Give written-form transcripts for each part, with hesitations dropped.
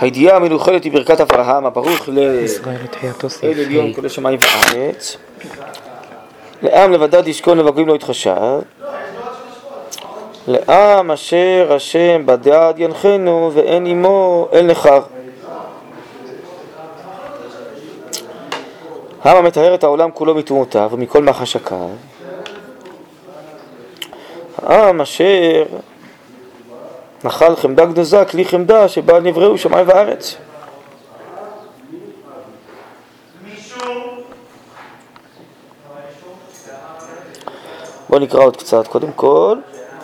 הידיעה המיוחדת היא ברכת אברהם, הברוך לאל עליון כל השמיים וארץ. לעם לבדד ישכון ובגויים לא יתחשב. לעם אשר השם בדד ינחנו ואין עמו אל נחר. העם המטהר את העולם כולו מטומאותיו ומכל מחשקיו. העם אשר נחל חמדה גנוזה, כלי חמדה שבה נבראו שמיים וארץ. בואו נקרא עוד קצת. קודם כל,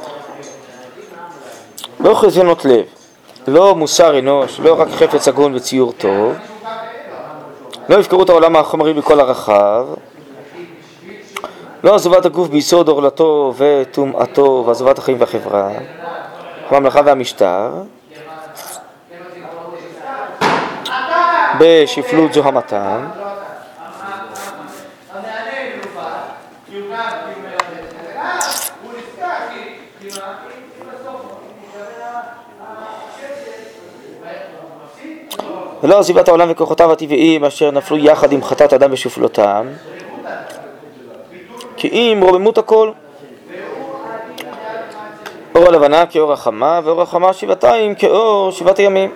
לא חזיונות לב, לא מוסר אנוש, לא רק חפץ הגון וציור טוב, לא יפקרו את העולם החומרי בכל הרחב, לא עזובת הגוף ביסוד עורלתו וטומאתו ועזובת החיים והחברה, הממלכה והמשטר, בשפלות זוהמתם, ולא עזיבת העולם וכוחותיו הטבעיים אשר נפלו יחד עם חטאת אדם ושפלותם, כי אם רוממות הכל, אור הלבנה כאור החמה, ואור החמה שבעתיים כאור שבעת הימים.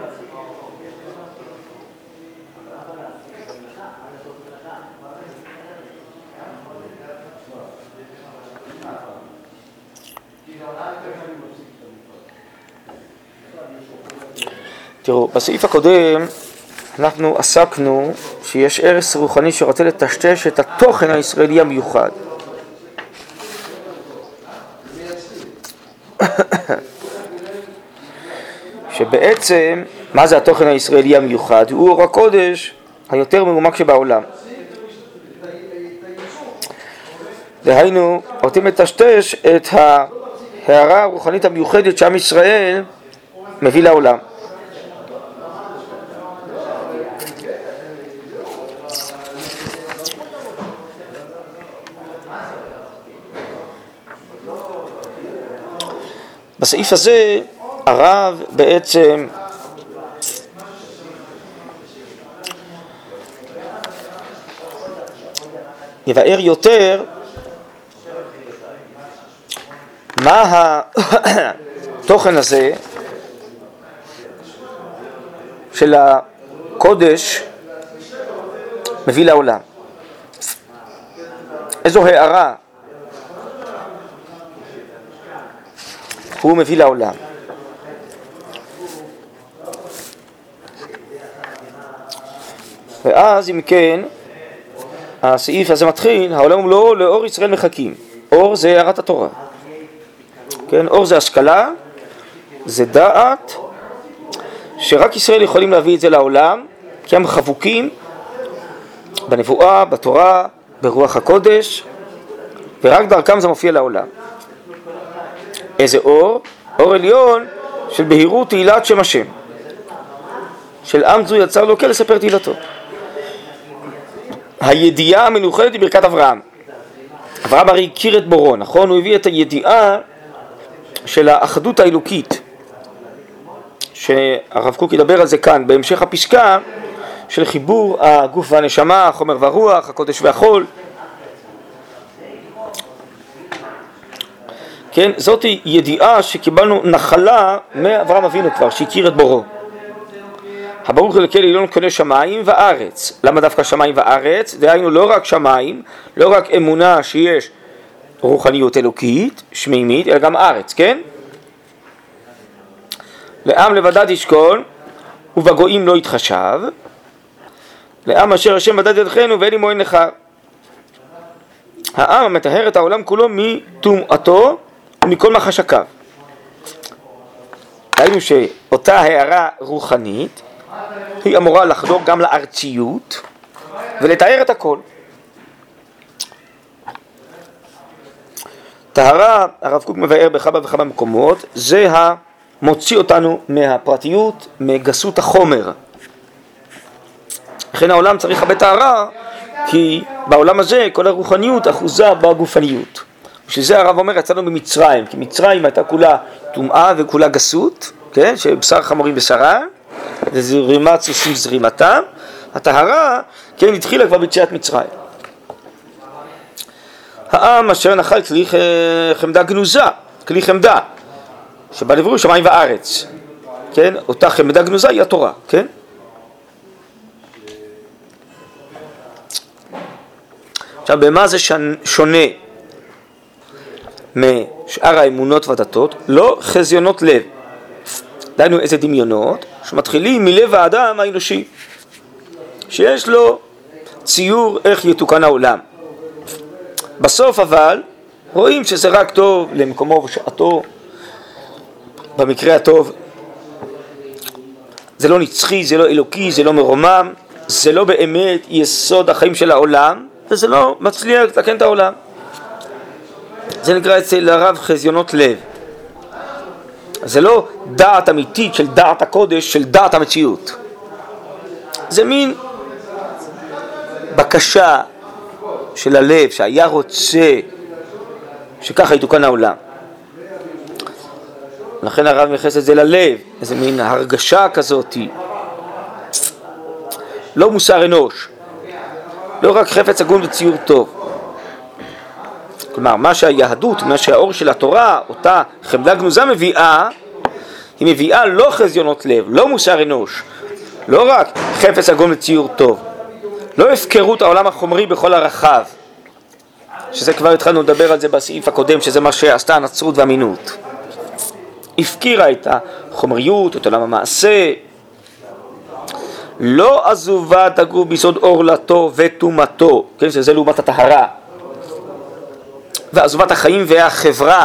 תראו, בסעיף הקודם אנחנו עסקנו שיש ערש רוחני שרוצה לטשטש את התוכן הישראלי המיוחד. שבעצם, מה זה התוכן הישראלי המיוחד? הוא אור הקודש היותר מרומק שבעולם. דהיינו, רוצים לטשטש את ההערה הרוחנית המיוחדת שעם ישראל מביא לעולם. בסעיף הזה הרב בעצם יבאר יותר מה התוכן הזה של הקודש מביא לעולם. איזו הערה הוא מביא לעולם. ואז אם כן הסעיף הזה מתחיל, העולם הוא לא לאור ישראל מחכים. אור זה הערת התורה, כן? אור זה השכלה, זה דעת שרק ישראל יכולים להביא את זה לעולם, כי הם חבוקים בנבואה, בתורה, ברוח הקודש, ורק דרכם זה מופיע לעולם. איזה אור? אור עליון של בהירות תהילת שם השם, של עם זו יצר לו לספר תהילתו. הידיעה המנוחדת היא ברכת אברהם. אברהם הרי הכיר את בורו, נכון? הוא הביא את הידיעה של האחדות האלוקית, שהרב קוק ידבר על זה כאן בהמשך הפסקה, של חיבור הגוף והנשמה, החומר והרוח, הקודש והחול. כן, זאת ידיעה שקיבלנו נחלה מאברהם אבינו כבר, שהכיר את בורו. הברוך לאל עליון קונה שמיים וארץ. למה דווקא שמיים וארץ? דהיינו לא רק שמיים, לא רק אמונה שיש רוחניות אלוקית, שמימית, אלא גם ארץ, כן? לעם לבדד ישכון ובגויים לא יתחשב. לעם אשר השם בדד ינחנו ואין עמו אל נחר. העם המטהר את העולם כולו מטומאתו ומכל מחשקיו. דהיינו שאותה הערה רוחנית היא אמורה לחדור גם לארציות ולתאר את הכל. טהרה, הרב קוק מבאר בכמה וכמה מקומות, זה המוציא אותנו מהפרטיות, מגסות החומר. לכן העולם צריך הרבה טהרה, כי בעולם הזה כל הרוחניות אחוזה בגופניות. בשביל זה הרב אומר, יצאנו במצרים, כי מצרים הייתה כולה טומאה וכולה גסות, כן? שבשר חמורים בשרה, זרימת סוסים זרימתם, הטהרה, כן, התחילה כבר ביציאת מצרים. העם אשר נחל כלי חמדה גנוזה, כלי חמדה, שבא נבראו שמיים וארץ, כן, אותה חמדה גנוזה היא התורה, כן? עכשיו, במה זה שונה משאר האמונות והדתות? לא חזיונות לב. דיינו איזה דמיונות שמתחילים מלב האדם האנושי, שיש לו ציור איך יתוקן העולם. בסוף אבל רואים שזה רק טוב למקומו ושעתו, במקרה הטוב. זה לא נצחי, זה לא אלוקי, זה לא מרומם, זה לא באמת יסוד החיים של העולם, וזה לא מצליח לתקן את העולם. זה נקרא אצל הרב חזיונות לב. זה לא דעת אמיתית של דעת הקודש, של דעת המציאות. זה מין בקשה של הלב שהיה רוצה שככה יתוקן העולם. לכן הרב מייחס את זה ללב, איזה מין הרגשה כזאת. לא מוסר אנוש, לא רק חפץ הגון וציור טוב. כלומר, מה שהיהדות, מה שהאור של התורה, אותה חמדה גנוזה מביאה, היא מביאה לא חזיונות לב, לא מוסר אנוש, לא רק חפץ הגון וציור טוב, לא הפקרות העולם החומרי בכל הרחב, שזה כבר התחלנו לדבר על זה בסעיף הקודם, שזה מה שעשתה הנצרות והמינות. הפקירה את החומריות, את עולם המעשה, לא עזובה תגור ביסוד אורלתו ותומתו, כן, שזה לעומת הטהרה, ועזובת החיים והחברה,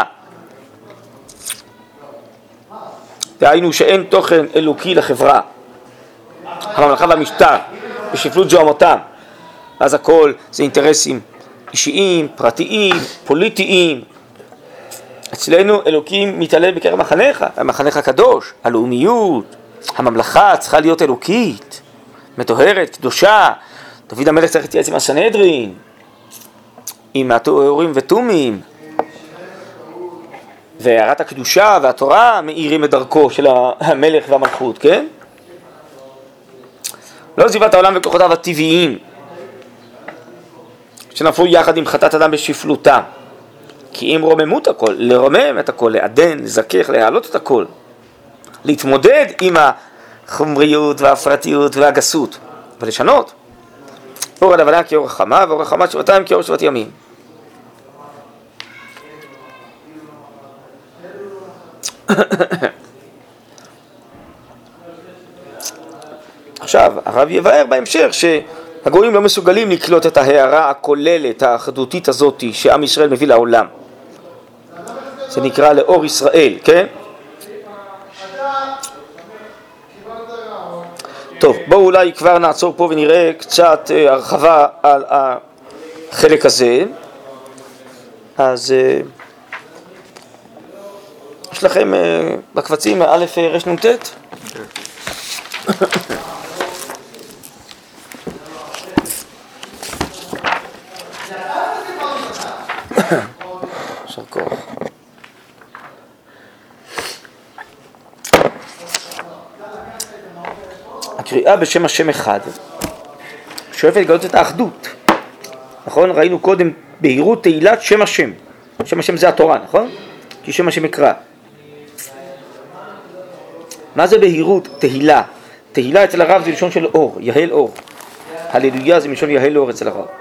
דהיינו שאין תוכן אלוקי לחברה, הממלכה והמשטר, בשפלות זוהמותם, אז הכל זה אינטרסים אישיים, פרטיים, פוליטיים. אצלנו אלוקים מתעלל בקרב מחנך, המחנך הקדוש, הלאומיות, הממלכה צריכה להיות אלוקית, מטוהרת, קדושה. דוד המלך צריך להתייעץ עם הסנהדרין, עם האורים ותומים, והערת הקדושה והתורה מאירים את דרכו של המלך והמלכות, כן? לא עזיבת העולם וכוחותיו הטבעיים שנפלו יחד עם חטאת אדם בשפלותה, כי אם רוממות הכל, לרומם את הכל, לעדן, לזכך, להעלות את הכל, להתמודד עם החומריות והפרטיות והגסות ולשנות. אור הלבנה כאור החמה, ואור החמה שבעתיים כאור שבת ימים. עכשיו, הרב יבאר בהמשך שהגויים לא מסוגלים לקלוט את ההערה הכוללת, האחדותית הזאת שעם ישראל מביא לעולם. זה נקרא לאור ישראל, כן? טוב, בואו אולי כבר נעצור פה ונראה קצת הרחבה על החלק הזה. אז יש לכם בקבצים א' ר' נ' ט'? יישר כוח. הקריאה בשם השם אחד שואפת לגלות את האחדות, נכון? ראינו קודם בהירות תהילת שם השם. שם השם זה התורה, נכון? כי שם השם יקרא. מה זה בהירות תהילה? תהילה אצל הרב זה לשון של אור, יהל אור. הללויה זה לשון יהל אור אצל הרב.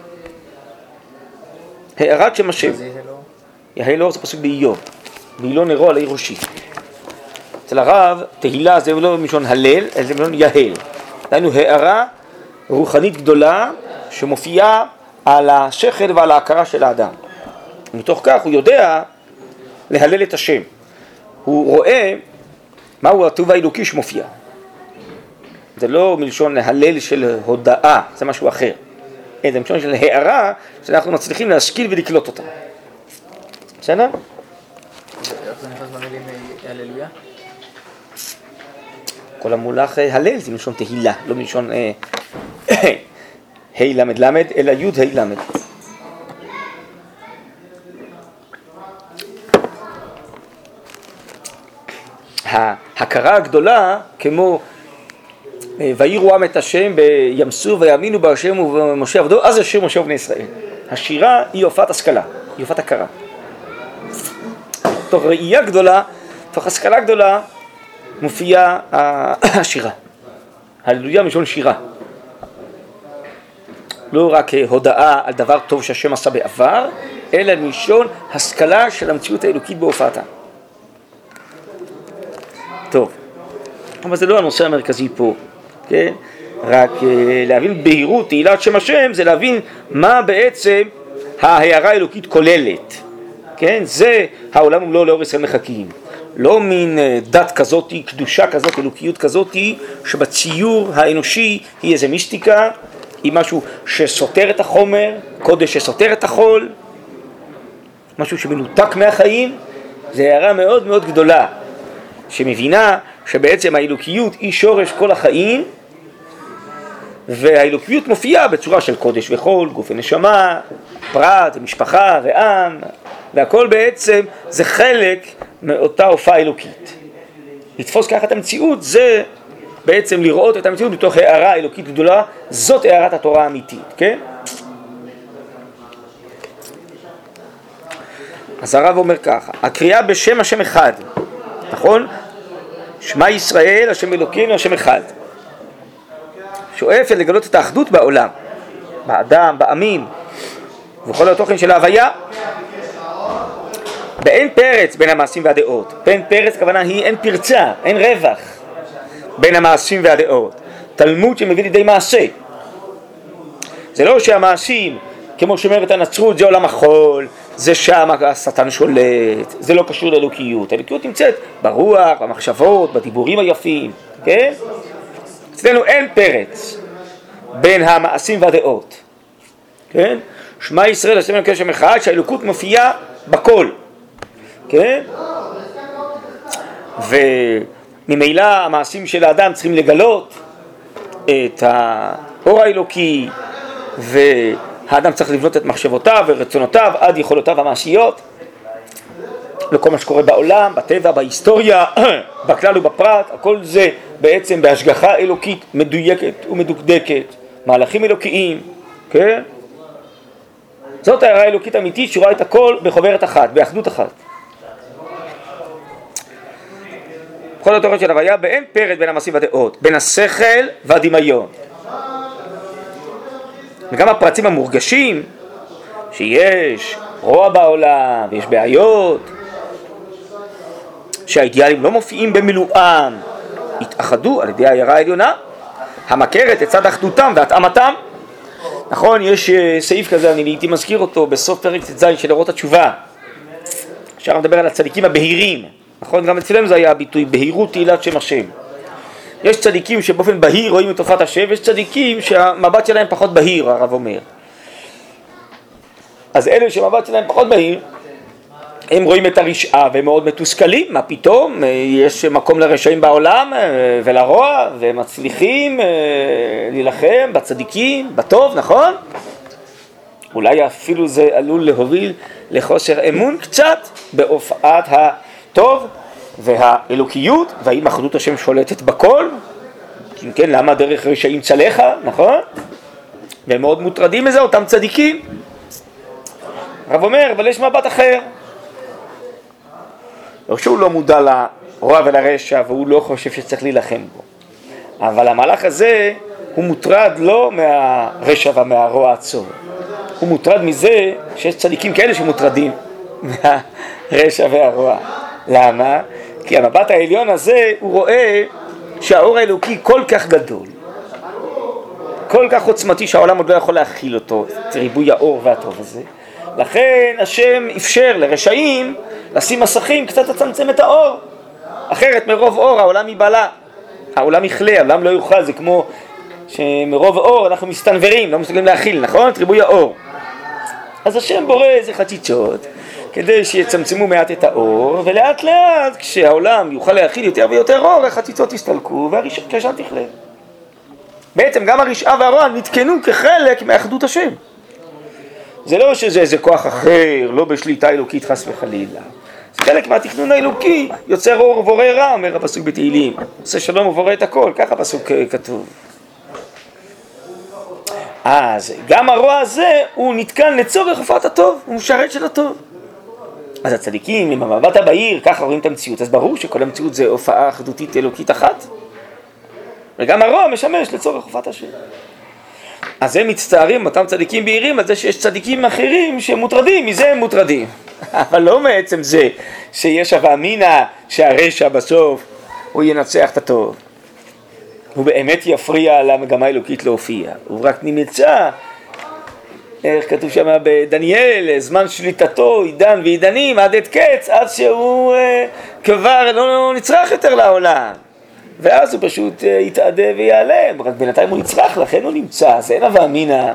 הערת שם השם, יהל אור זה פסוק באיוב, באילו נרו עלי ראשי. אצל הרב תהילה זה לא משון הלל, אלא זה משון יהל. דהיינו הערה רוחנית גדולה שמופיעה על השכל ועל ההכרה של האדם. ומתוך כך הוא יודע להלל את השם. הוא רואה מהו הטוב האלוקי שמופיע. זה לא מלשון להלל של הודאה, זה משהו אחר. זה מלשון של הערה שאנחנו מצליחים להשכיל ולקלוט אותה. בסדר? איך זה נכנס במילים הללויה? כל המולח הלל זה מלשון תהילה, לא מלשון ה' למד למד, אלא י' ה' למד. ההכרה הגדולה כמו ויראו עם את השם בימסו ויאמינו בהשם ובמשה עבדו, אז השם משה ובני ישראל. השירה היא הופעת השכלה, היא הופעת הכרה. תוך ראייה גדולה, תוך השכלה גדולה, מופיעה השירה. הללויה מלשון שירה. לא רק הודעה על דבר טוב שהשם עשה בעבר, אלא מלשון השכלה של המציאות האלוקית בהופעתה. טוב, אבל זה לא הנושא המרכזי פה, כן? רק להבין בהירות תהילת שם השם זה להבין מה בעצם ההערה האלוקית כוללת, כן? זה העולם ומלואו לאור ישראל מחכים. לא מין דת כזאת, קדושה כזאת, אלוקיות כזאת, שבציור האנושי היא איזה מיסטיקה, היא משהו שסותר את החומר, קודש שסותר את החול, משהו שמנותק מהחיים. זה הערה מאוד מאוד גדולה, שמבינה שבעצם האלוקיות היא שורש כל החיים, והאלוקיות מופיעה בצורה של קודש וחול, גוף ונשמה, פרט ומשפחה ועם, והכל בעצם זה חלק מאותה הופעה אלוקית. לתפוס ככה את המציאות זה בעצם לראות את המציאות בתוך הערה אלוקית גדולה, זאת הערת התורה האמיתית, כן? אז הרב אומר ככה, הקריאה בשם השם אחד, נכון? שמע ישראל, השם אלוקינו, השם אחד. שואפת לגלות את האחדות בעולם, באדם, בעמים, ובכל התוכן של ההוויה. באין פרץ בין המעשים והדעות. בין פרץ כוונה היא אין פרצה, אין רווח בין המעשים והדעות. תלמוד שמביא לידי מעשה. זה לא שהמעשים, כמו שאומרת הנצרות, זה עולם החול, זה שם השטן שולט, זה לא קשור לאלוקיות. האלוקיות נמצאת ברוח, במחשבות, בדיבורים היפים, כן? אצלנו אין פרץ בין המעשים והדעות, כן? שמע ישראל, השם אלוקינו השם אחד, שהאלוקות מופיעה בכל, כן? וממילא המעשים של האדם צריכים לגלות את האור האלוקי, והאדם צריך לבנות את מחשבותיו ורצונותיו עד יכולותיו המעשיות לכל מה שקורה בעולם, בטבע, בהיסטוריה, בכלל ובפרט. הכל זה בעצם בהשגחה אלוקית מדויקת ומדוקדקת, מהלכים אלוקיים, כן? זאת הערה אלוקית אמיתית שרואה את הכל בחוברת אחת, באחדות אחת. בכל התוכן של הוויה באין פרץ בין המעשים והדעות, בין השכל והדמיון. וגם הפרצים המורגשים, שיש רוע בעולם ויש בעיות, שהאידיאלים לא מופיעים במילואם, התאחדו על ידי הערה העליונה, המכרת את צד אחדותם והתאמתם. נכון, יש סעיף כזה, אני הייתי מזכיר אותו בסוף פרק ט"ז של אורות התשובה, אפשר לדבר על הצדיקים הבהירים, נכון? גם אצלם זה היה הביטוי, בהירות תהילת שם השם. יש צדיקים שבאופן בהיר רואים את תופעת השם, ויש צדיקים שהמבט שלהם פחות בהיר, הרב אומר. אז אלה שמבט שלהם פחות בהיר, הם רואים את הרשעה והם מאוד מתוסכלים. מה פתאום? יש מקום לרשעים בעולם ולרוע, והם מצליחים להילחם בצדיקים, בטוב, נכון? אולי אפילו זה עלול להוביל לחוסר אמון קצת בהופעת הטוב והאלוקיות, והאם אחדות השם שולטת בכל? אם כן, למה דרך רשעים צלחה, נכון? והם מאוד מוטרדים מזה, אותם צדיקים. הרב אומר, אבל יש מבט אחר. לא שהוא לא מודע לרוע ולרשע, והוא לא חושב שצריך להילחם בו. אבל המהלך הזה, הוא מוטרד לא מהרשע ומהרוע עצור. הוא מוטרד מזה שיש צדיקים כאלה שמוטרדים מהרשע והרוע. למה? כי המבט העליון הזה, הוא רואה שהאור האלוקי כל כך גדול, כל כך עוצמתי שהעולם עוד לא יכול להכיל אותו, את ריבוי האור והטוב הזה. לכן השם אפשר לרשעים לשים מסכים קצת לצמצם את האור, אחרת מרוב אור העולם ייבלע, העולם יכלה, העולם לא יוכל. זה כמו שמרוב אור אנחנו מסתנברים, לא מסתכלים להכיל, נכון? את ריבוי האור. אז השם בורא איזה חציצות כדי שיצמצמו מעט את האור, ולאט לאט כשהעולם יוכל להכיל יותר ויותר אור, החציצות יסתלקו והרשעה תכלה. בעצם גם הרשעה והרוע נתקנו כחלק מאחדות השם. זה לא שזה איזה כוח אחר, לא בשליטה אלוקית חס וחלילה. זה חלק מהתכנון האלוקי, יוצר אור ובורא רע, אומר הפסוק בתהילים. עושה שלום ובורא את הכל, ככה הפסוק כתוב. אז גם הרוע הזה הוא נתקן לצורך הופעת הטוב, הוא משרת של הטוב. אז הצדיקים עם המבט הבהיר, ככה רואים את המציאות, אז ברור שכל המציאות זה הופעה אחדותית אלוקית אחת. וגם הרוע משמש לצורך הופעת השם. אז הם מצטערים, אותם צדיקים בהירים, על זה שיש צדיקים אחרים שמוטרדים, מזה הם מוטרדים. אבל לא מעצם זה שיש הווה אמינא שהרשע בסוף הוא ינצח את הטוב. הוא באמת יפריע למגמה האלוקית להופיע. הוא רק נמצא, איך כתוב שם בדניאל, זמן שליטתו, עידן ועידנים, עד עת קץ, עד שהוא כבר לא נצרך יותר לעולם. ואז הוא פשוט יתעדה ויעלם, רק בינתיים הוא נצרך, לכן הוא נמצא. אז אין הווה אמינא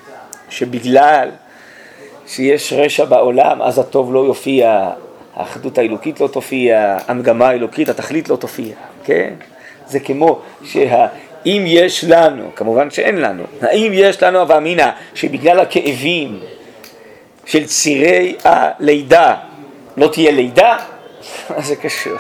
שבגלל שיש רשע בעולם, אז הטוב לא יופיע, האחדות האלוקית לא תופיע, המגמה האלוקית, התכלית לא תופיע, כן? זה כמו אם יש לנו, כמובן שאין לנו, האם יש לנו הווה אמינא שבגלל הכאבים של צירי הלידה לא תהיה לידה? מה זה קשור?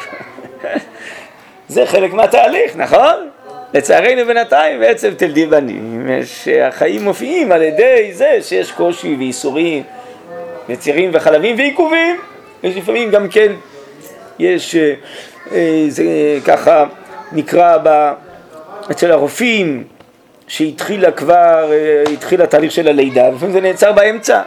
זה חלק מהתהליך, נכון? לצערנו בינתיים בעצם תלדי בנים, שהחיים מופיעים על ידי זה שיש קושי וייסורים, יצירים וחלבים ועיכובים, יש לפעמים גם כן, יש, זה ככה נקרא אצל הרופאים, שהתחיל התהליך של הלידה, ולפעמים זה נעצר באמצע,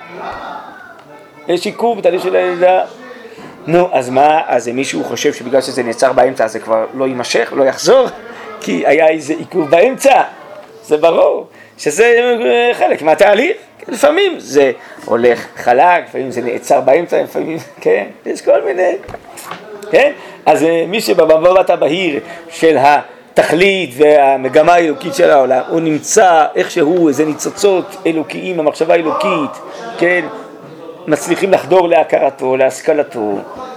יש עיכוב בתהליך של הלידה. נו, אז מה? אז מישהו חושב שבגלל שזה נעצר באמצע, אז זה כבר לא יימשך, לא יחזור, כי היה איזה עיכוב באמצע. זה ברור שזה חלק מהתהליך. לפעמים זה הולך חלק, לפעמים זה נעצר באמצע, לפעמים, כן? יש כל מיני, כן? אז מי שבמבט הבהיר של התכלית והמגמה האלוקית של העולם, הוא נמצא איכשהו איזה ניצוצות אלוקיים, המחשבה האלוקית, כן? מצליחים לחדור להכרתו, להשכלתו,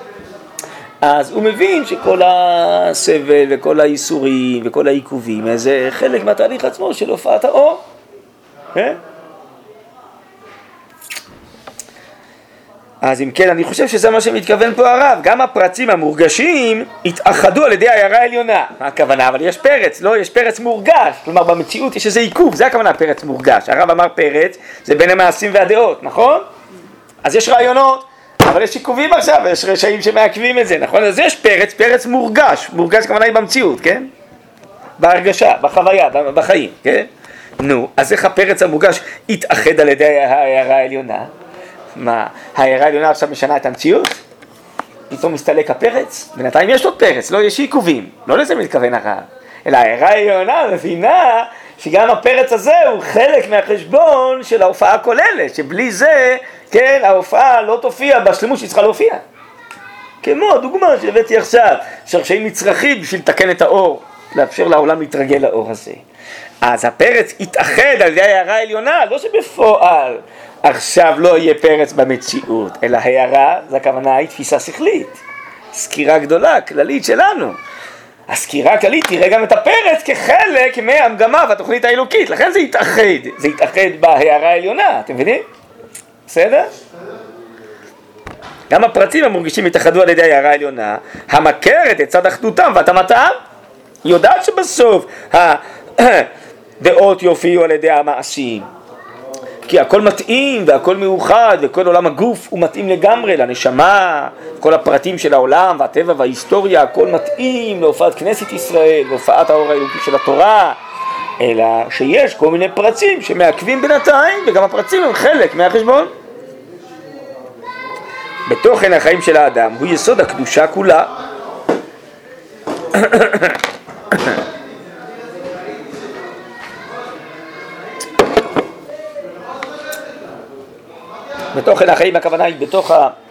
אז הוא מבין שכל הסבל וכל האיסורים וכל העיכובים זה חלק מהתהליך עצמו של הופעת האור. אז אם כן, אני חושב שזה מה שמתכוון פה הרב. גם הפרצים המורגשים התאחדו על ידי העיירה העליונה. מה הכוונה? אבל יש פרץ, לא? יש פרץ מורגש. כלומר, במציאות יש איזה עיכוב, זה הכוונה פרץ מורגש. הרב אמר פרץ, זה בין המעשים והדעות, נכון? אז יש רעיונות, אבל יש עיכובים עכשיו, יש רשעים שמעכבים את זה, נכון? אז יש פרץ מורגש. מורגש כוונה היא במציאות, כן? בהרגשה, בחוויה, בחיים, כן? נו, אז איך הפרץ המורגש התאחד על ידי העיירה העליונה? מה, העיירה העליונה עכשיו משנה את המציאות? פתאום מסתלק הפרץ? בינתיים יש עוד פרץ, לא יש עיכובים, לא לזה מתכוון הרב. אלא העיירה העליונה מבינה שגם הפרץ הזה הוא חלק מהחשבון של ההופעה הכוללת, שבלי זה, כן, ההופעה לא תופיע בשלמות שהיא צריכה להופיע. כמו דוגמה שהבאתי עכשיו, שרשאים מצרכים בשביל לתקן את האור, לאפשר לעולם להתרגל לאור הזה. אז הפרץ התאחד על ידי העיירה העליונה, לא שבפועל עכשיו לא יהיה פרץ במציאות, אלא העיירה, זה הכוונה היא תפיסה שכלית, סקירה גדולה, כללית שלנו. הסקירה הכללית תראה גם את הפרץ כחלק מהמגמה והתוכנית האלוקית, לכן זה התאחד בהעיירה העליונה, אתם מבינים? בסדר? גם הפרטים המורגשים התאחדו על ידי העיירה העליונה, המכרת את צד אחדותם והתאמתם, יודעת שבסוף הדעות יופיעו על ידי המעשים, כי הכל מתאים והכל מאוחד וכל עולם הגוף הוא מתאים לגמרי לנשמה, כל הפרטים של העולם והטבע וההיסטוריה, הכל מתאים להופעת כנסת ישראל, להופעת האור האלוקי של התורה, אלא שיש כל מיני פרצים שמעכבים בינתיים, וגם הפרצים הם חלק מהחשבון. בתוכן החיים של האדם הוא יסוד הקדושה כולה. בתוכן החיים, הכוונה היא בתוך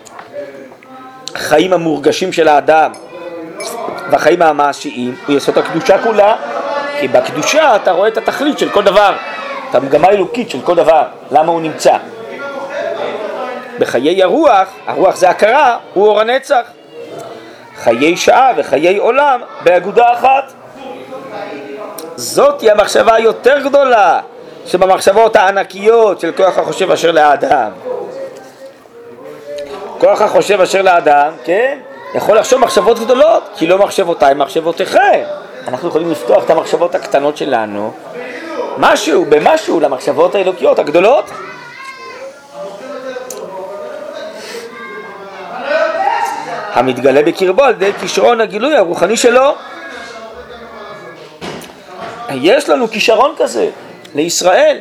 החיים המורגשים של האדם והחיים המעשיים, הוא יסוד הקדושה כולה, כי בקדושה אתה רואה את התכלית של כל דבר, את המגמה האלוקית של כל דבר, למה הוא נמצא. בחיי הרוח זה הכרה, הוא אור הנצח. חיי שעה וחיי עולם באגודה אחת. זאת היא המחשבה היותר גדולה שבמחשבות הענקיות של כוח החושב אשר לאדם. כוח החושב אשר לאדם, כן? יכול לחשוב מחשבות גדולות, כי לא מחשבותיי, מחשבותיכם. אנחנו יכולים לפתוח את המחשבות הקטנות שלנו, במשהו למחשבות האלוקיות הגדולות. המתגלה בקרבו על ידי כישרון הגילוי הרוחני שלו. יש לנו כישרון כזה לישראל,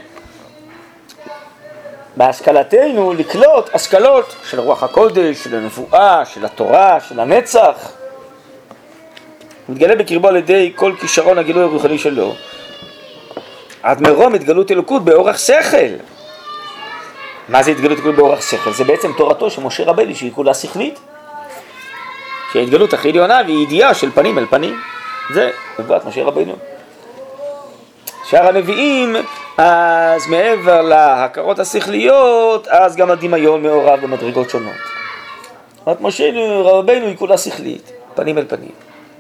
בהשכלתנו לקלוט השכלות של רוח הקודש, של הנבואה, של התורה, של הנצח. מתגלה בקרבו על ידי כל כישרון הגילוי הרוחני שלו, עד מרום התגלות אלוקות באורח שכל. מה זה התגלות אלוקות באורח שכל? זה בעצם תורתו של משה רבנו, שהיא כולה שכלית, שהיא התגלות הכי עליונה והיא ידיעה של פנים אל פנים. זה נבואת משה רבנו. שאר הנביאים, אז מעבר להכרות השכליות, אז גם הדמיון מעורב במדרגות שונות. זאת משה רבנו היא כולה שכלית, פנים אל פנים.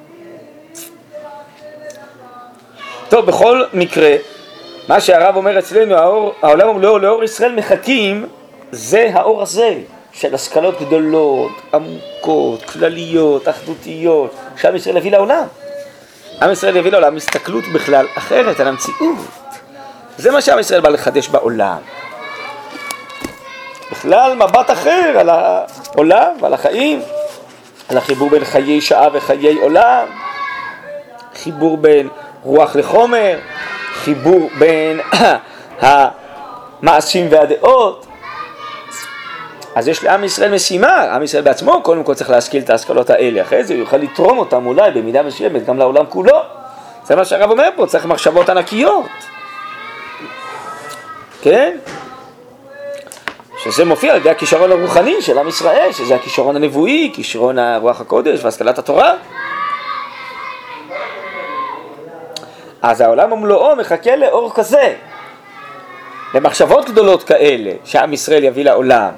טוב, בכל מקרה, מה שהרב אומר אצלנו, העולם ומלואו לאור ישראל מחכים, זה האור הזה, של השכלות גדולות, עמוקות, כלליות, אחדותיות, שעם ישראל הביא לעולם. עם ישראל הביא לעולם הסתכלות בכלל אחרת על המציאות. זה מה שעם ישראל בא לחדש בעולם. בכלל מבט אחר על העולם ועל החיים, על החיבור בין חיי שעה וחיי עולם, חיבור בין רוח לחומר, חיבור בין המעשים והדעות. אז יש לעם ישראל משימה, עם ישראל בעצמו קודם כל צריך להשכיל את ההשכלות האלה, אחרי זה הוא יוכל לתרום אותם אולי במידה מסוימת גם לעולם כולו. זה מה שהרב אומר פה, צריך מחשבות ענקיות, כן? שזה מופיע על ידי הכישרון הרוחני של עם ישראל, שזה הכישרון הנבואי, כישרון הרוח הקודש והשכלת התורה. אז העולם ומלואו מחכה לאור כזה, למחשבות גדולות כאלה שעם ישראל יביא לעולם.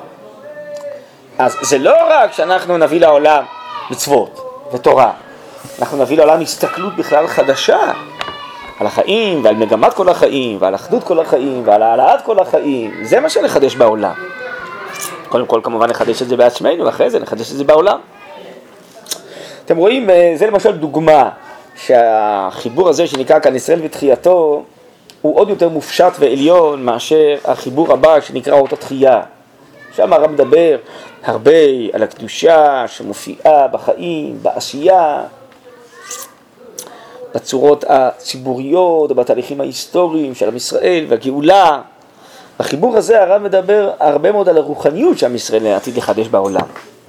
אז זה לא רק שאנחנו נביא לעולם מצוות ותורה, אנחנו נביא לעולם הסתכלות בכלל חדשה על החיים ועל מגמת כל החיים ועל אחדות כל החיים ועל העלאת כל החיים. זה מה שנחדש בעולם. קודם כל כמובן נחדש את זה בעצמנו, ואחרי זה נחדש את זה בעולם. אתם רואים, זה למשל דוגמה שהחיבור הזה שנקרא כאן ישראל ותחייתו הוא עוד יותר מופשט ועליון מאשר החיבור הבא שנקרא אות התחייה. שם הרב מדבר הרבה על הקדושה שמופיעה בחיים, בעשייה, בצורות הציבוריות, בתהליכים ההיסטוריים של עם ישראל והגאולה. בחיבור הזה הרב מדבר הרבה מאוד על הרוחניות שעם ישראל עתיד לחדש בעולם.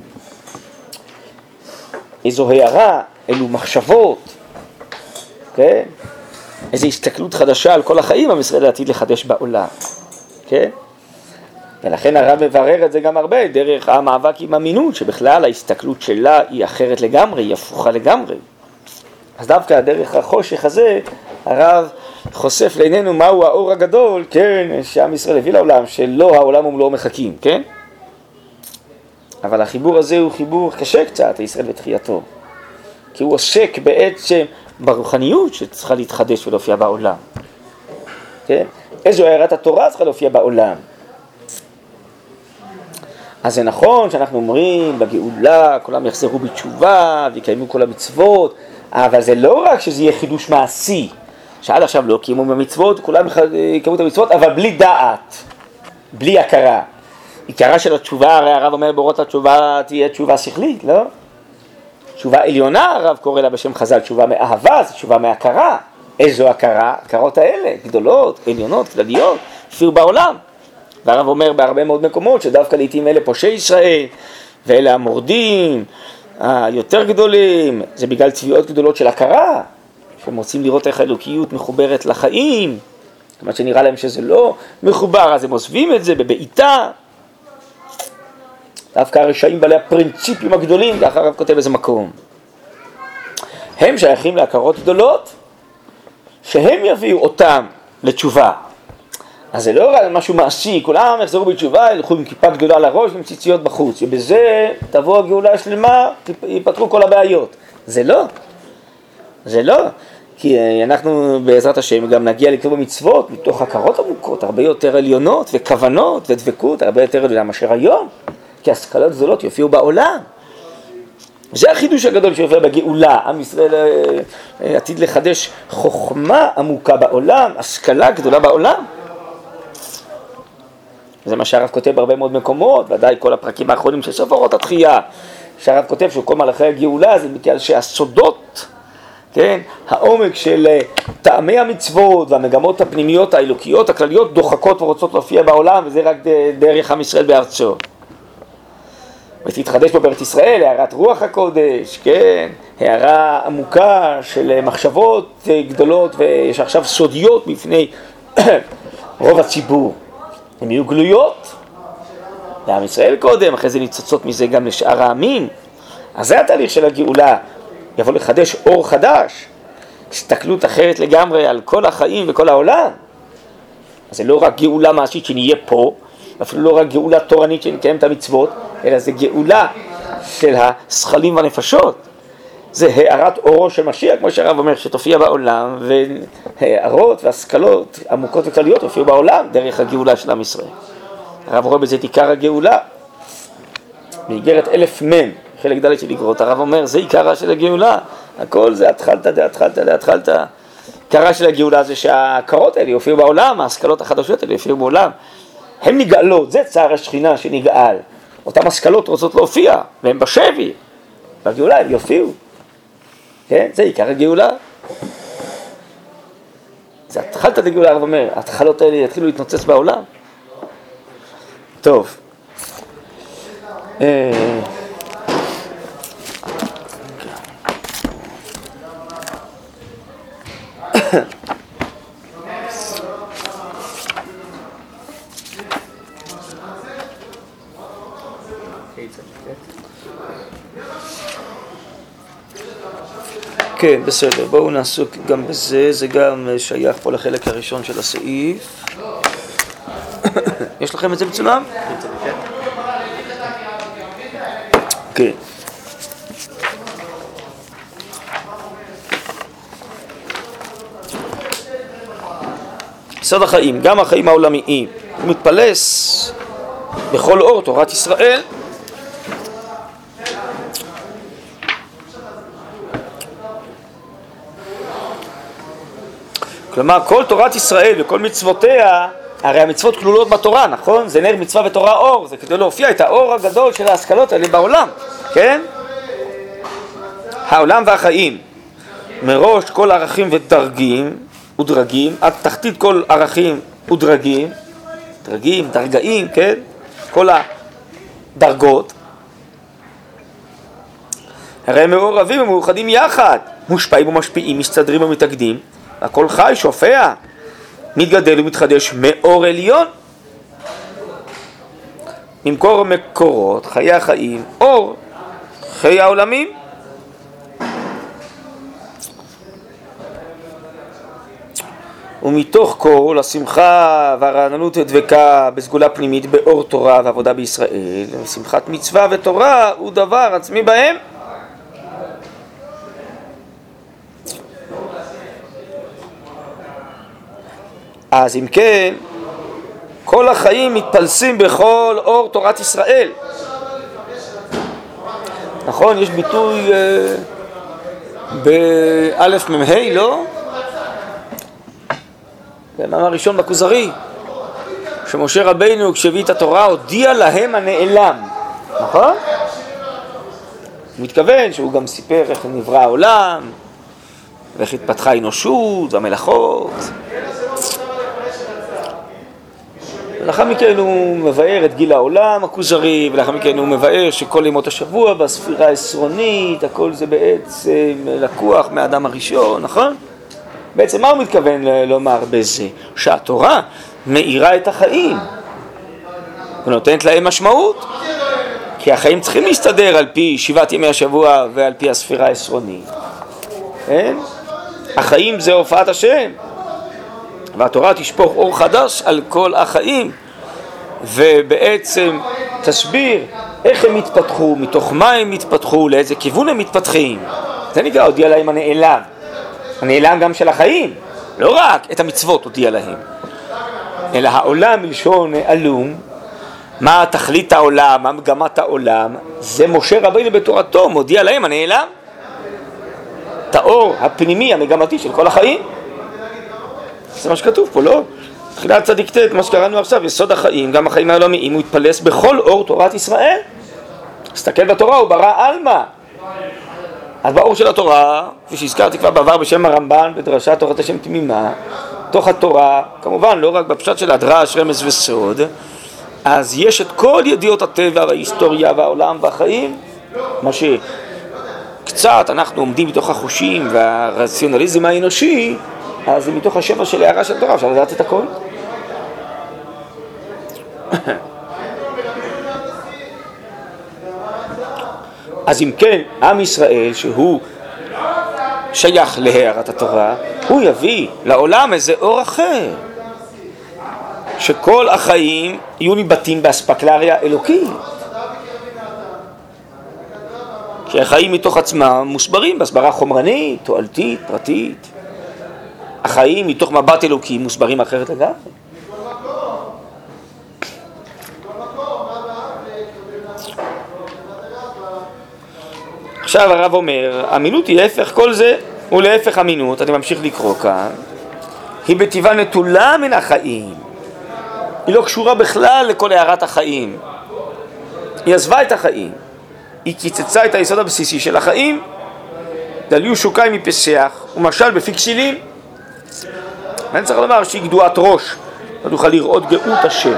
איזו הערה, אילו מחשבות, כן? איזו הסתכלות חדשה על כל החיים עם ישראל עתיד לחדש בעולם, כן? ולכן הרב מברר את זה גם הרבה דרך המאבק עם אמינות, שבכלל ההסתכלות שלה היא אחרת לגמרי, היא הפוכה לגמרי. אז דווקא דרך החושך הזה הרב חושף לעינינו מהו האור הגדול, כן, שעם ישראל הביא לעולם, שלא העולם ומלואו מחכים, כן? אבל החיבור הזה הוא חיבור קשה קצת, ישראל ותחייתו, כי הוא עוסק בעצם ברוחניות שצריכה להתחדש ולהופיע בעולם, כן? איזו הערת התורה צריכה להופיע בעולם. אז זה נכון שאנחנו אומרים בגאולה כולם יחזרו בתשובה ויקיימו כל המצוות, אבל זה לא רק שזה יהיה חידוש מעשי, שעד עכשיו לא קיימו במצוות, כולם יקיימו את המצוות, אבל בלי דעת, בלי הכרה. עיקרה של התשובה, הרי הרב אומר באורות התשובה תהיה תשובה שכלית, לא? תשובה עליונה, הרב קורא לה בשם חז"ל, תשובה מאהבה, זה תשובה מהכרה. איזו הכרה? הכרות האלה, גדולות, עליונות, כלליות, אפילו בעולם. והרב אומר בהרבה מאוד מקומות שדווקא לעתים אלה פושעי ישראל, ואלה המורדים היותר גדולים, זה בגלל צביעות גדולות של הכרה, שהם רוצים לראות איך האלוקיות מחוברת לחיים, כמה שנראה להם שזה לא מחובר, אז הם עוזבים את זה בבעיטה. דווקא הרשעים בעלי הפרינציפים הגדולים, ככה הרב כותב איזה מקום, הם שייכים להכרות גדולות, שהם יביאו אותם לתשובה. אז זה לא רק משהו מעשי, כולם יחזרו בתשובה, ילכו עם כיפה גדולה על הראש ועם ציציות בחוץ, ובזה תבוא הגאולה השלמה, ייפתרו כל הבעיות. זה לא. זה לא. כי אנחנו בעזרת השם גם נגיע לקרוא במצוות מתוך הכרות עמוקות, הרבה יותר עליונות וכוונות ודבקות, הרבה יותר עליונה מאשר היום. כי השכלות גדולות יופיעו בעולם. זה החידוש הגדול שיופיע בגאולה. עם ישראל עתיד לחדש חוכמה עמוקה בעולם, השכלה גדולה בעולם. זה מה שהרב כותב בהרבה מאוד מקומות, ודאי כל הפרקים האחרונים של סוף אורות התחייה, שהרב כותב שכל מהלכי הגאולה זה בגלל שהסודות, כן, העומק של טעמי המצוות והמגמות הפנימיות האלוקיות הכלליות דוחקות ורוצות להופיע בעולם, וזה רק דרך עם ישראל בארצו. ותתחדש בו בארץ ישראל, הערת רוח הקודש, כן, הערה עמוקה של מחשבות גדולות ויש עכשיו סודיות בפני רוב הציבור. הן יהיו גלויות לעם ישראל קודם, אחרי זה ניצוצות מזה גם לשאר העמים. אז זה התהליך של הגאולה, יבוא לחדש אור חדש, הסתכלות אחרת לגמרי על כל החיים וכל העולם. אז זה לא רק גאולה מעשית שנהיה פה, אפילו לא רק גאולה תורנית שנקיים את המצוות, אלא זה גאולה של השכלים והנפשות. זה הערת אורו של משיח, כמו שהרב אומר, שתופיע בעולם, והערות והשכלות עמוקות וכלליות יופיעו בעולם דרך הגאולה של עם ישראל. הרב רואה בזה את עיקר הגאולה. באיגרת 1000 מ', חלק ד' של איגרות, הרב אומר, זה עיקרה של הגאולה. הכל זה התחלת. עיקרה של הגאולה זה שהעקרות האלה יופיעו בעולם, ההשכלות החדשות האלה יופיעו בעולם. הן נגאלות, זה צער השכינה שנגאל. אותן השכלות רוצות להופיע, והן בשבי. בגאולה הם יופיעו. כן? זה עיקר הגאולה. זה התחלת הגאולה, הרב אומר, התחלות האלה יתחילו להתנוצץ בעולם. טוב. כן, בסדר, בואו נעסוק גם בזה, זה גם שייך פה לחלק הראשון של הסעיף. יש לכם את זה מצולם? כן. סוד החיים, גם החיים העולמיים, הוא מתפלס בכל אור תורת ישראל. כלומר, כל תורת ישראל וכל מצוותיה, הרי המצוות כלולות בתורה, נכון? זה נר מצווה ותורה אור, זה כדי להופיע את האור הגדול של ההשכלות האלה בעולם, כן? העולם והחיים, מראש כל ערכים ודרגים, עד תחתית כל ערכים ודרגים, דרגאים, כן? כל הדרגות, הרי הם מעורבים ומאוחדים יחד, מושפעים ומשפיעים, מסתדרים ומתאגדים, הכל חי, שופע, מתגדל ומתחדש מאור עליון. ממקור מקורות, חיי החיים, אור, חיי העולמים. ומתוך כל השמחה והרעננות דבקה בסגולה פנימית באור תורה ועבודה בישראל, שמחת מצווה ותורה הוא דבר עצמי בהם. אז אם כן, כל החיים מתפלסים בכל אור תורת ישראל. נכון, יש ביטוי באלף ממהי, לא? במאמר ראשון בכוזרי, שמשה רבינו כשהביא את התורה הודיע להם הנעלם, נכון? הוא מתכוון שהוא גם סיפר איך נברא העולם, ואיך התפתחה האנושות והמלאכות. ולאחר מכן הוא מבאר את גיל העולם הכוזרי, ולאחר מכן הוא מבאר שכל ימות השבוע בספירה העשרונית, הכל זה בעצם לקוח מהאדם הראשון, נכון? בעצם מה הוא מתכוון לומר בזה? שהתורה מאירה את החיים ונותנת להם משמעות, כי החיים צריכים להסתדר על פי 7 ימי השבוע ועל פי הספירה העשרונית. כן? החיים זה הופעת השם, והתורה תשפוך אור חדש על כל החיים, ובעצם תסביר איך הם מתפתחו, מתוך מה הם מתפתחו, לאיזה כיוון הם מתפתחים. זה נקרא הודיע להם הנעלם. הנעלם גם של החיים, לא רק את המצוות הודיע להם, אלא העולם מלשון עלום, מה תכלית העולם, מה מגמת העולם, זה משה רבינו בתורתו, מודיע להם הנעלם. את האור הפנימי, המגמתי של כל החיים. זה מה שכתוב פה, לא? תחילת צדיק ת', מה שקראנו עכשיו, יסוד החיים, גם החיים העולמיים, הוא התפלס בכל אור תורת ישראל. תסתכל בתורה, הוא ברא אלמה. אז באור של התורה, כפי שהזכרתי כבר בעבר בשם הרמב"ן, בדרשת תורת השם תמימה, תוך התורה, כמובן לא רק בפשט של הדרש, רמז וסוד, אז יש את כל ידיעות הטבע וההיסטוריה והעולם והחיים, מה שקצת אנחנו עומדים מתוך החושים והרציונליזם האנושי, אז זה מתוך השפע של הערה של התורה, אפשר לדעת את הכל. אז אם כן, עם ישראל שהוא שייך להערת התורה, הוא יביא לעולם איזה אור אחר, שכל החיים יהיו ניבטים באספקלריה אלוקית, שהחיים מתוך עצמם מוסברים בהסברה חומרנית, תועלתית, פרטית. החיים מתוך מבט אלוקי מוסברים אחרת לגמרי. עכשיו הרב אומר, אמינות היא להפך כל זה, ולהפך אמינות, אני ממשיך לקרוא כאן, היא בטבעה נטולה מן החיים, היא לא קשורה בכלל לכל הערת החיים, היא עזבה את החיים, היא קיצצה את היסוד הבסיסי של החיים, דליו שוקי מפסח ומשל בפי כסילים. אני צריך לומר שהיא גדועת ראש, לא תוכל לראות גאות השם.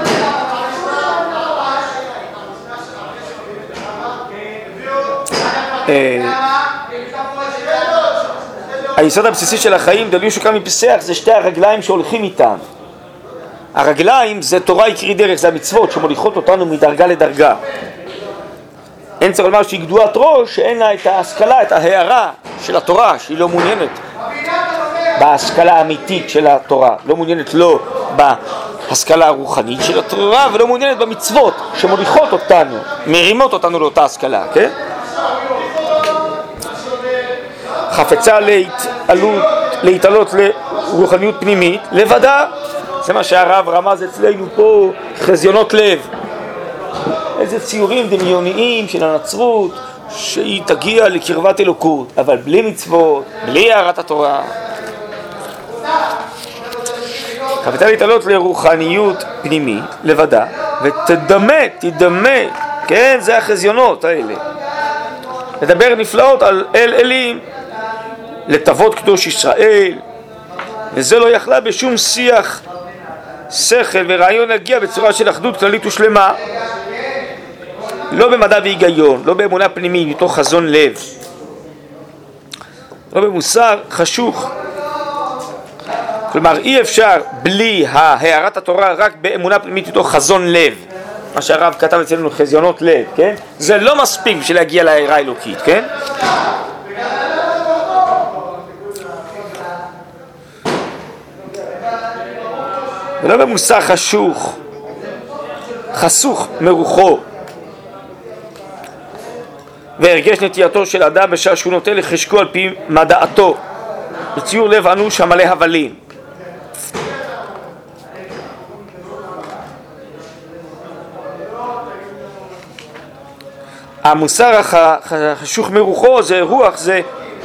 היסוד הבסיסי של החיים, דליו שוקי מפסח, זה שתי הרגליים שהולכים איתם. הרגליים זה תורה עיקרי דרך, זה המצוות שמוליכות אותנו מדרגה לדרגה. אין צריך לומר שהיא גדועת ראש, שאין לה את ההשכלה, את ההערה של התורה, שהיא לא מעוניינת בהשכלה האמיתית של התורה, לא מעוניינת לא בהשכלה הרוחנית של התורה, ולא מעוניינת במצוות שמוליכות אותנו, מרימות אותנו לאותה השכלה, כן? חפצה להתעלות לרוחניות פנימית, לבדה. זה מה שהרב רמז אצלנו פה, חזיונות לב. איזה ציורים דמיוניים של הנצרות, שהיא תגיע לקרבת אלוקות, אבל בלי מצוות, בלי הערת התורה. חפצה להתעלות לרוחניות פנימית, לבדה, תדמה, כן, זה החזיונות האלה. לדבר נפלאות על אלים, לטוות קדוש ישראל, וזה לא יכלה בשום שיח, שכל ורעיון להגיע בצורה של אחדות כללית ושלמה, לא במדע והיגיון, לא באמונה פנימית, מתוך חזון לב, לא במוסר חשוך. כלומר, אי אפשר בלי הערת התורה רק באמונה פנימית מתוך חזון לב, מה שהרב כתב אצלנו חזיונות לב, כן? זה לא מספיק בשביל להגיע להערה האלוקית, כן? ולא במוסר חסוך מרוחו, והרגש נטייתו של אדם בשעה שהוא נוטה לחשקו על פי מדעתו, בציור לב אנוש המלא הבלים. המוסר החשוך מרוחו זה רוח, זה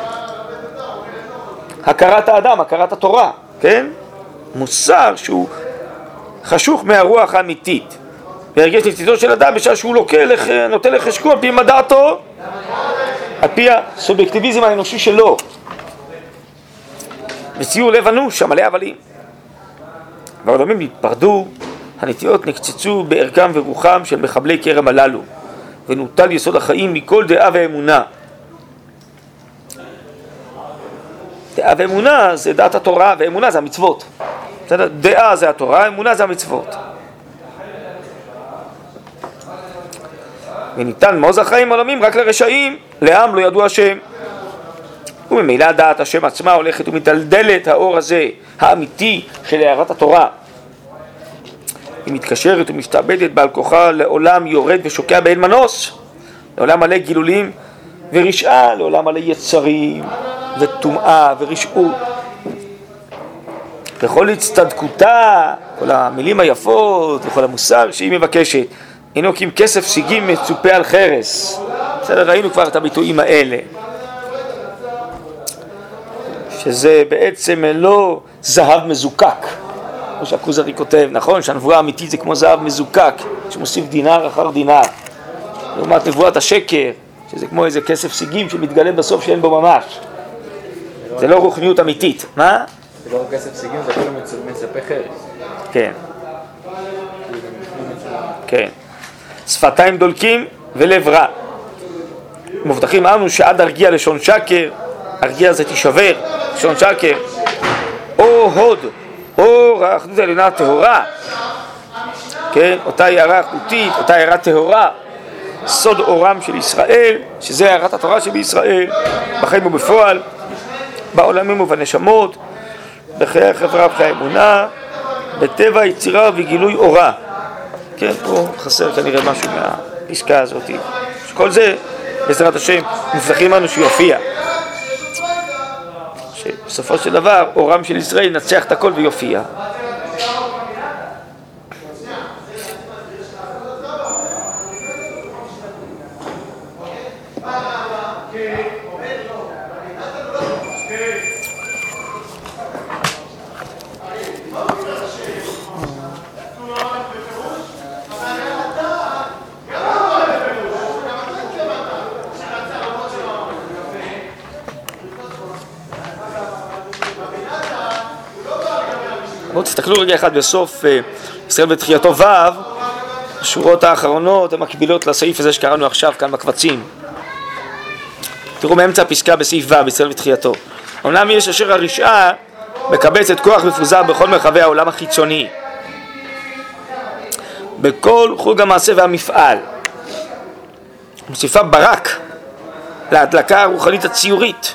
הכרת האדם, הכרת התורה, כן? מוסר שהוא חשוך מהרוח האמיתית, והרגש נטייתו של אדם בשעה שהוא נוטה לחשקו על פי מדעתו, על פי הסובייקטיביזם האנושי שלו, בציור לב אנוש המלא הבלים. והעולמים התפרדו, הנטיות נקצצו בערכם ורוחם של מחבלי כרם הללו, ונוטל יסוד החיים מכל דעה ואמונה. דעה ואמונה זה דעת התורה, ואמונה זה המצוות. דעה זה התורה, אמונה זה המצוות. וניתן מעוז החיים העולמים רק לרשעים, לעם לא ידוע השם. וממילא דעת השם עצמה הולכת ומתדלדלת, האור הזה, האמיתי של הערת התורה. היא מתקשרת ומשתעבדת בעל כוחה לעולם יורד ושוקע באין מנוס, לעולם מלא גילולים ורשעה, לעולם מלא יצרים וטומאה ורשעות. וכל הצטדקותה, כל המילים היפות וכל המוסר שהיא מבקשת, אינוקים כסף סיגים מצופה על חרס. בסדר, ראינו כבר את הביטויים האלה. שזה בעצם לא זהב מזוקק, כמו שהכוזרי כותב, נכון? שהנבואה האמיתית זה כמו זהב מזוקק, שמוסיף דינר אחר דינר. לעומת נבואת השקר, שזה כמו איזה כסף סיגים שמתגלה בסוף שאין בו ממש. זה לא רוחניות אמיתית. מה? זה לא כסף סיגים, זה אפילו מצפה חרס. כן. כן. שפתיים דולקים ולב רע. מובטחים אנו שעד הרגיע לשון שקר, הרגיע זה תישבר, לשון שקר, או הוד, אור האחדות העליונה הטהורה, כן, אותה הערה אחדותית, אותה הערה טהורה, סוד אורם של ישראל, שזה הערת התורה שבישראל, בחיים ובפועל, בעולמים ובנשמות, בחיי החברה ובחיי האמונה, בטבע היצירה וגילוי אורה. כן, פה חסר כנראה משהו מהפסקה הזאת. שכל זה, בעזרת השם, מובטחים לנו שיופיע. שבסופו של דבר, אורם של ישראל ינצח את הכל ויופיע. בואו תסתכלו רגע אחד בסוף ישראל בתחייתו ו', השורות האחרונות המקבילות לסעיף הזה שקראנו עכשיו כאן בקבצים. תראו מאמצע הפסקה בסעיף ו' בישראל בתחייתו. אמנם יש אשר הרשעה מקבץ את כוח מפוזר בכל מרחבי העולם החיצוני, בכל חוג המעשה והמפעל, מוסיפה ברק להדלקה הרוחנית הציורית,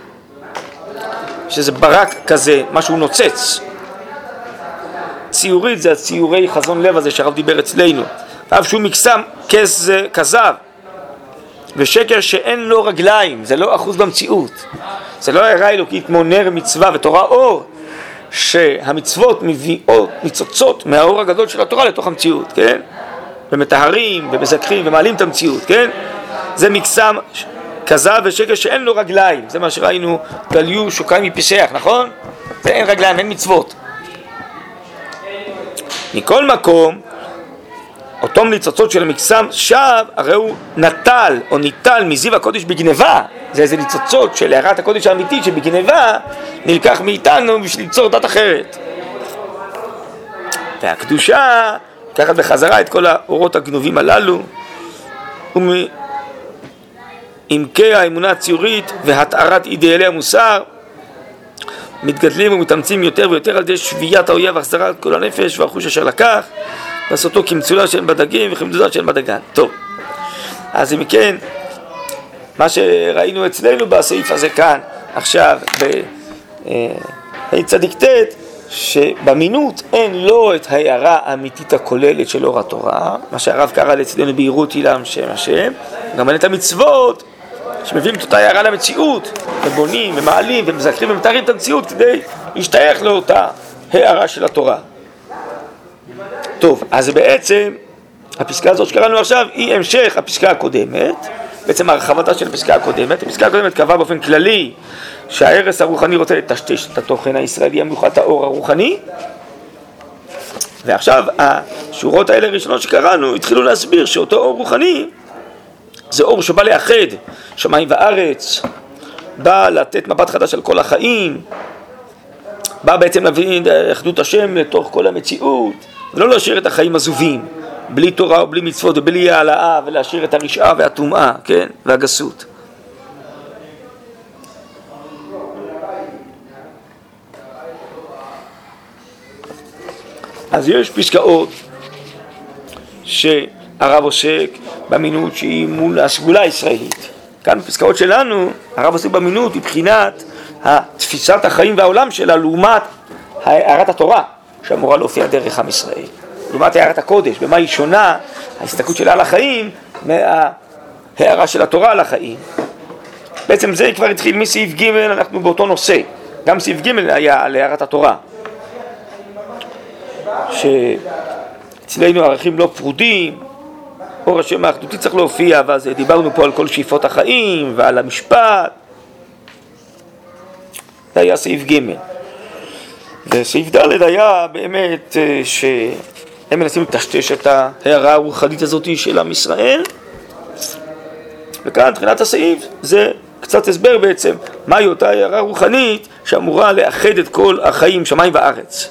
שזה ברק כזה, משהו נוצץ. ציורית זה הציורי חזון לב הזה שהרב דיבר אצלנו, אף שהוא מקסם כזב ושקר שאין לו רגליים, זה לא אחוז במציאות, זה לא הערה אלוקית כמו נר מצווה ותורה אור, שהמצוות מביאות ניצוצות מהאור הגדול של התורה לתוך המציאות, כן? ומטהרים ומזכרים ומעלים את המציאות, כן? זה מקסם כזב ושקר שאין לו רגליים, זה מה שראינו גליו שוקיים מפיסח, נכון? זה אין רגליים, אין מצוות. מכל מקום, אותו ניצוצות של המקסם שב, הרי הוא נטל או ניטל מזיו הקודש בגנבה. זה איזה ניצוצות של הערת הקודש האמיתית שבגנבה נלקח מאיתנו בשביל ליצור דת אחרת. והקדושה לקחת בחזרה את כל האורות הגנובים הללו, ועמקי האמונה הציורית והתארת אידיאלי המוסר מתגדלים ומתאמצים יותר ויותר על ידי שביית האויב והחזרת כל הנפש והחוש אשר לקח, לעשותו כמצולה שאין בדגים וכמדודה שאין בדגן. טוב, אז אם כן, מה שראינו אצלנו בסעיף הזה כאן, עכשיו, צדיק ט', שבמינות אין לו את ההערה האמיתית הכוללת של אור התורה, מה שהרב קרא אצלנו בהירות אילם שם השם, גם אין את המצוות, שמביאים את אותה הערה למציאות, ובונים ומעלים ומזכרים ומתארים את המציאות כדי להשתייך לאותה הערה של התורה. טוב, אז בעצם הפסקה הזאת שקראנו עכשיו היא המשך הפסקה הקודמת, בעצם הרחבתה של הפסקה הקודמת. הפסקה הקודמת קבעה באופן כללי שהערס הרוחני רוצה לטשטש את התוכן הישראלי המיוחד, האור הרוחני, ועכשיו השורות האלה הראשונות שקראנו התחילו להסביר שאותו אור רוחני זה אור שבא לאחד שמיים וארץ, בא לתת מבט חדש על כל החיים, בא בעצם להביא אחדות השם לתוך כל המציאות, ולא להשאיר את החיים עזובים, בלי תורה ובלי מצוות ובלי העלאה, ולהשאיר את הרשעה והטומאה, כן? והגסות. אז יש פסקאות שהרב עוסק במינות שהיא מול הסגולה הישראלית. כאן בפסקאות שלנו הרב עוסק במינות מבחינת תפיסת החיים והעולם שלה לעומת הערת התורה שאמורה להופיע דרך עם ישראל, לעומת הערת הקודש, במה היא שונה ההסתכלות שלה על החיים מההערה של התורה על החיים. בעצם זה כבר התחיל מסעיף ג', אנחנו באותו נושא, גם סעיף ג' היה על הערת התורה, שאצלנו ערכים לא פרודים, האור השם האחדותי צריך להופיע, ואז דיברנו פה על כל שאיפות החיים ועל המשפט. זה היה סעיף ג'. וסעיף ד' היה באמת שהם מנסים לטשטש את ההערה הרוחנית הזאת של עם ישראל, וכאן תחילת הסעיף זה קצת הסבר בעצם מהי אותה הערה רוחנית שאמורה לאחד את כל החיים, שמיים וארץ.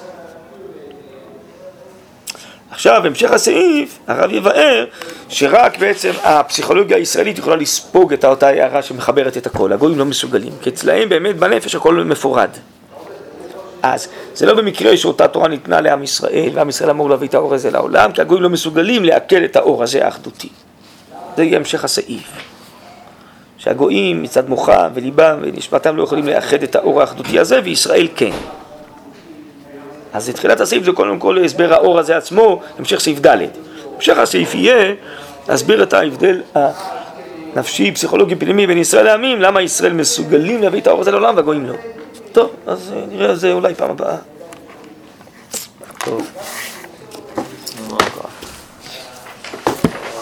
עכשיו, בהמשך הסעיף, הרב יבאר שרק בעצם הפסיכולוגיה הישראלית יכולה לספוג את אותה הערה שמחברת את הכל. הגויים לא מסוגלים, כי אצלהם באמת בנפש הכל מפורד. אז זה לא במקרה שאותה תורה ניתנה לעם ישראל, ועם ישראל אמור להביא את האור הזה לעולם, כי הגויים לא מסוגלים לעכל את האור הזה האחדותי. זה יהיה המשך הסעיף. שהגויים מצד מוחם וליבם ונשמתם לא יכולים לאחד את האור האחדותי הזה, וישראל כן. אז תחילת הסעיף זה קודם כל הסבר האור הזה עצמו, המשך סעיף ד'. המשך הסעיף יהיה להסביר את ההבדל הנפשי, פסיכולוגי, פנימי בין ישראל לעמים, למה ישראל מסוגלים להביא את האור הזה לעולם והגויים לא. טוב, אז נראה על זה אולי פעם הבאה.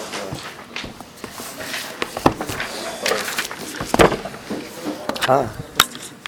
טוב.